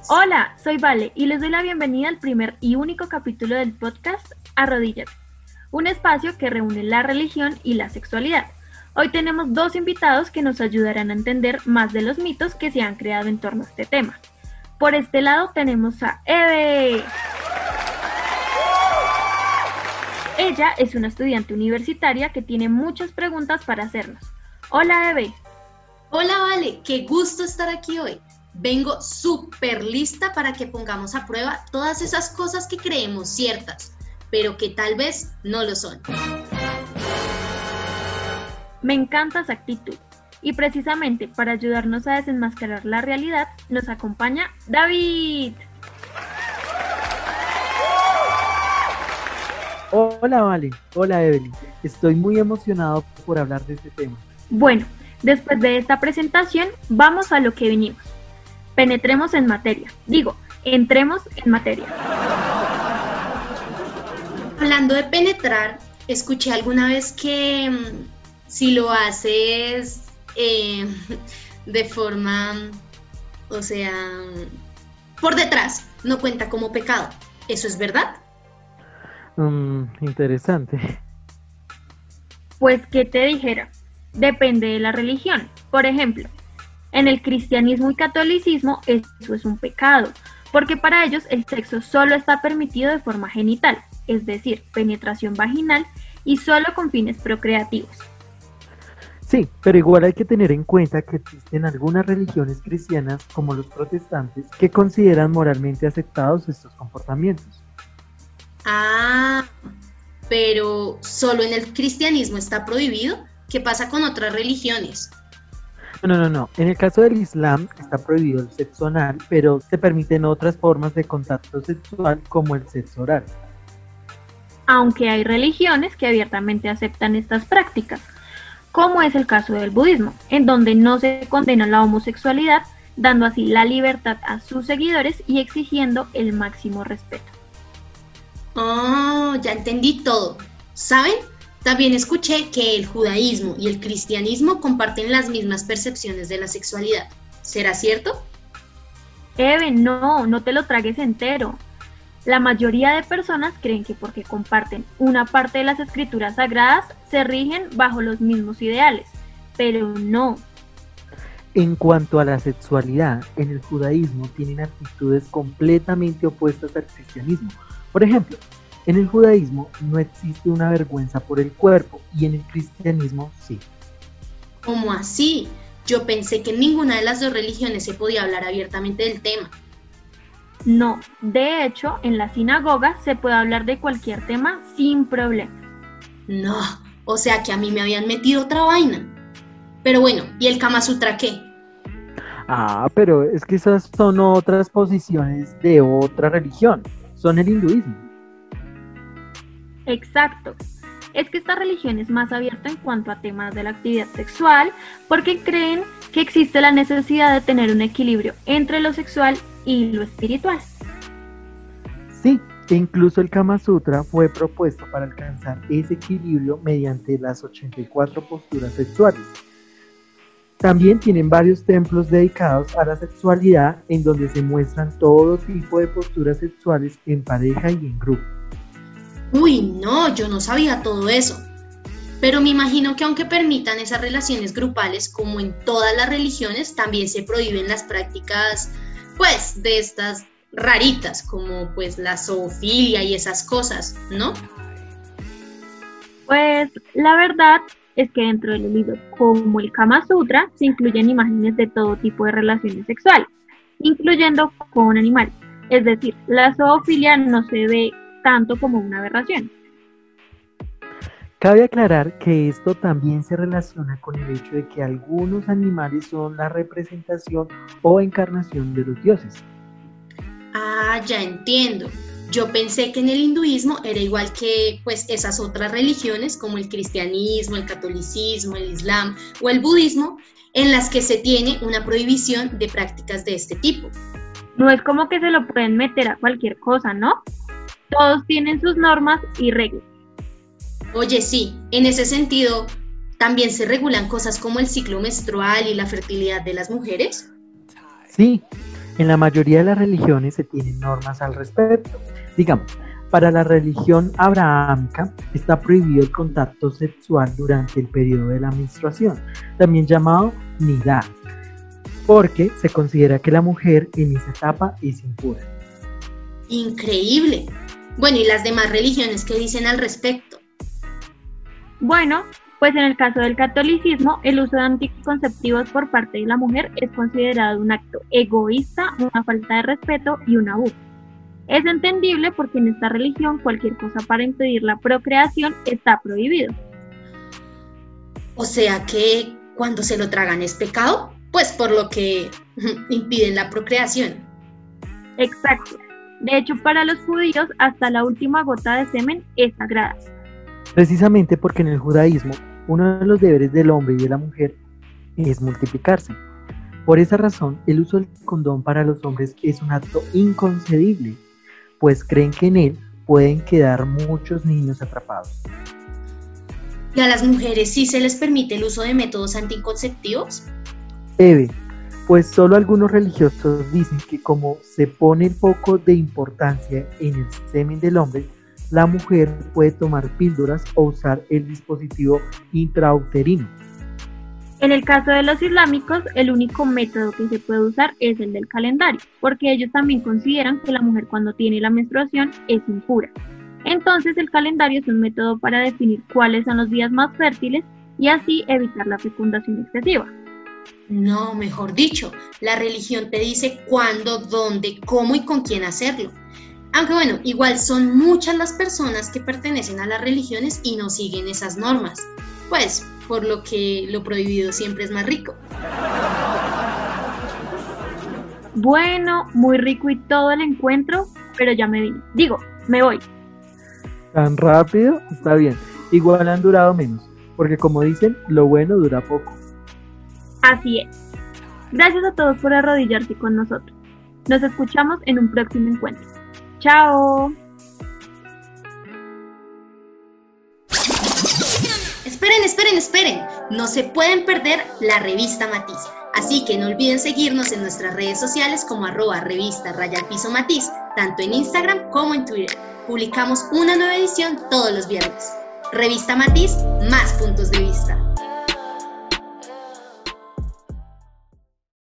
Hola, soy Vale y les doy la bienvenida al primer y único capítulo del podcast Arrodíllate, un espacio que reúne la religión y la sexualidad. Hoy tenemos dos invitados que nos ayudarán a entender más de los mitos que se han creado en torno a este tema. Por este lado tenemos a Eve. Ella es una estudiante universitaria que tiene muchas preguntas para hacernos. Hola, Eve. Hola, Vale, qué gusto estar aquí hoy. Vengo súper lista para que pongamos a prueba todas esas cosas que creemos ciertas, pero que tal vez no lo son. Me encanta esa actitud. Y precisamente para ayudarnos a desenmascarar la realidad, nos acompaña David. Hola Vale, hola Evelyn, estoy muy emocionado por hablar de este tema. Bueno, después de esta presentación, vamos a lo que vinimos. Penetremos en materia, entremos en materia. Hablando de penetrar, escuché alguna vez que si lo haces de forma, por detrás, no cuenta como pecado. ¿Eso es verdad? Interesante. Pues, ¿qué te dijera? Depende de la religión. Por ejemplo, en el cristianismo y catolicismo eso es un pecado, porque para ellos el sexo solo está permitido de forma genital, es decir, penetración vaginal y solo con fines procreativos. Sí, pero igual hay que tener en cuenta que existen algunas religiones cristianas, como los protestantes, que consideran moralmente aceptados estos comportamientos. Ah, pero ¿solo en el cristianismo está prohibido? ¿Qué pasa con otras religiones? No. En el caso del Islam está prohibido el sexo anal, pero se permiten otras formas de contacto sexual como el sexo oral. Aunque hay religiones que abiertamente aceptan estas prácticas, como es el caso del budismo, en donde no se condena la homosexualidad, dando así la libertad a sus seguidores y exigiendo el máximo respeto. Oh, ya entendí todo. ¿Saben? También escuché que el judaísmo y el cristianismo comparten las mismas percepciones de la sexualidad. ¿Será cierto? Eve, no te lo tragues entero. La mayoría de personas creen que porque comparten una parte de las escrituras sagradas, se rigen bajo los mismos ideales, pero no. En cuanto a la sexualidad, en el judaísmo tienen actitudes completamente opuestas al cristianismo. Por ejemplo, en el judaísmo no existe una vergüenza por el cuerpo y en el cristianismo sí. ¿Cómo así? Yo pensé que en ninguna de las dos religiones se podía hablar abiertamente del tema. No, de hecho, en la sinagoga se puede hablar de cualquier tema sin problema. No, o sea que a mí me habían metido otra vaina. Pero bueno, ¿y el Kama Sutra qué? Pero es que esas son otras posiciones de otra religión, son el hinduismo. Exacto. Es que esta religión es más abierta en cuanto a temas de la actividad sexual porque creen que existe la necesidad de tener un equilibrio entre lo sexual y lo espiritual. Sí, e incluso el Kama Sutra fue propuesto para alcanzar ese equilibrio mediante las 84 posturas sexuales. También tienen varios templos dedicados a la sexualidad en donde se muestran todo tipo de posturas sexuales en pareja y en grupo. Uy, no, yo no sabía todo eso. Pero me imagino que aunque permitan esas relaciones grupales, como en todas las religiones, también se prohíben las prácticas, pues, de estas raritas, como pues la zoofilia y esas cosas, ¿no? Pues la verdad es que dentro del libro como el Kama Sutra se incluyen imágenes de todo tipo de relaciones sexuales, incluyendo con animales. Es decir, la zoofilia no se ve tanto como una aberración. Cabe aclarar que esto también se relaciona con el hecho de que algunos animales son la representación o encarnación de los dioses. Ah, ya entiendo. Yo pensé que en el hinduismo era igual que pues esas otras religiones como el cristianismo, el catolicismo, el islam o el budismo, en las que se tiene una prohibición de prácticas de este tipo. No es como que se lo pueden meter a cualquier cosa, ¿no? Todos tienen sus normas y reglas. Oye, sí, en ese sentido, ¿también se regulan cosas como el ciclo menstrual y la fertilidad de las mujeres? Sí, En la mayoría de las religiones se tienen normas al respecto. Digamos, para la religión abrahámica está prohibido el contacto sexual durante el periodo de la menstruación, también llamado nidá, porque se considera que la mujer en esa etapa es impura. Increíble. Bueno, ¿y las demás religiones qué dicen al respecto? Bueno, pues en el caso del catolicismo, el uso de anticonceptivos por parte de la mujer es considerado un acto egoísta, una falta de respeto y un abuso. Es entendible porque en esta religión cualquier cosa para impedir la procreación está prohibido. O sea que cuando se lo tragan es pecado, pues por lo que impiden la procreación. Exacto. De hecho, para los judíos, hasta la última gota de semen es sagrada. Precisamente porque en el judaísmo, uno de los deberes del hombre y de la mujer es multiplicarse. Por esa razón, el uso del condón para los hombres es un acto inconcebible, pues creen que en él pueden quedar muchos niños atrapados. ¿Y a las mujeres sí se les permite el uso de métodos anticonceptivos? Eve, pues solo algunos religiosos dicen que como se pone el foco de importancia en el semen del hombre, la mujer puede tomar píldoras o usar el dispositivo intrauterino. En el caso de los islámicos, el único método que se puede usar es el del calendario, porque ellos también consideran que la mujer cuando tiene la menstruación es impura. Entonces el calendario es un método para definir cuáles son los días más fértiles y así evitar la fecundación excesiva. No, mejor dicho, la religión te dice cuándo, dónde, cómo y con quién hacerlo. Aunque bueno, igual son muchas las personas que pertenecen a las religiones y no siguen esas normas, pues por lo que lo prohibido siempre es más rico. Bueno, muy rico y todo el encuentro, pero ya me vine. Me voy. ¿Tan rápido? Está bien. Igual han durado menos, porque como dicen, lo bueno dura poco. Así es. Gracias a todos por arrodillarse con nosotros. Nos escuchamos en un próximo encuentro. ¡Chao! Esperen. No se pueden perder la revista Matiz. Así que no olviden seguirnos en nuestras redes sociales como @revista_Matiz, tanto en Instagram como en Twitter. Publicamos una nueva edición todos los viernes. Revista Matiz, más puntos de vista.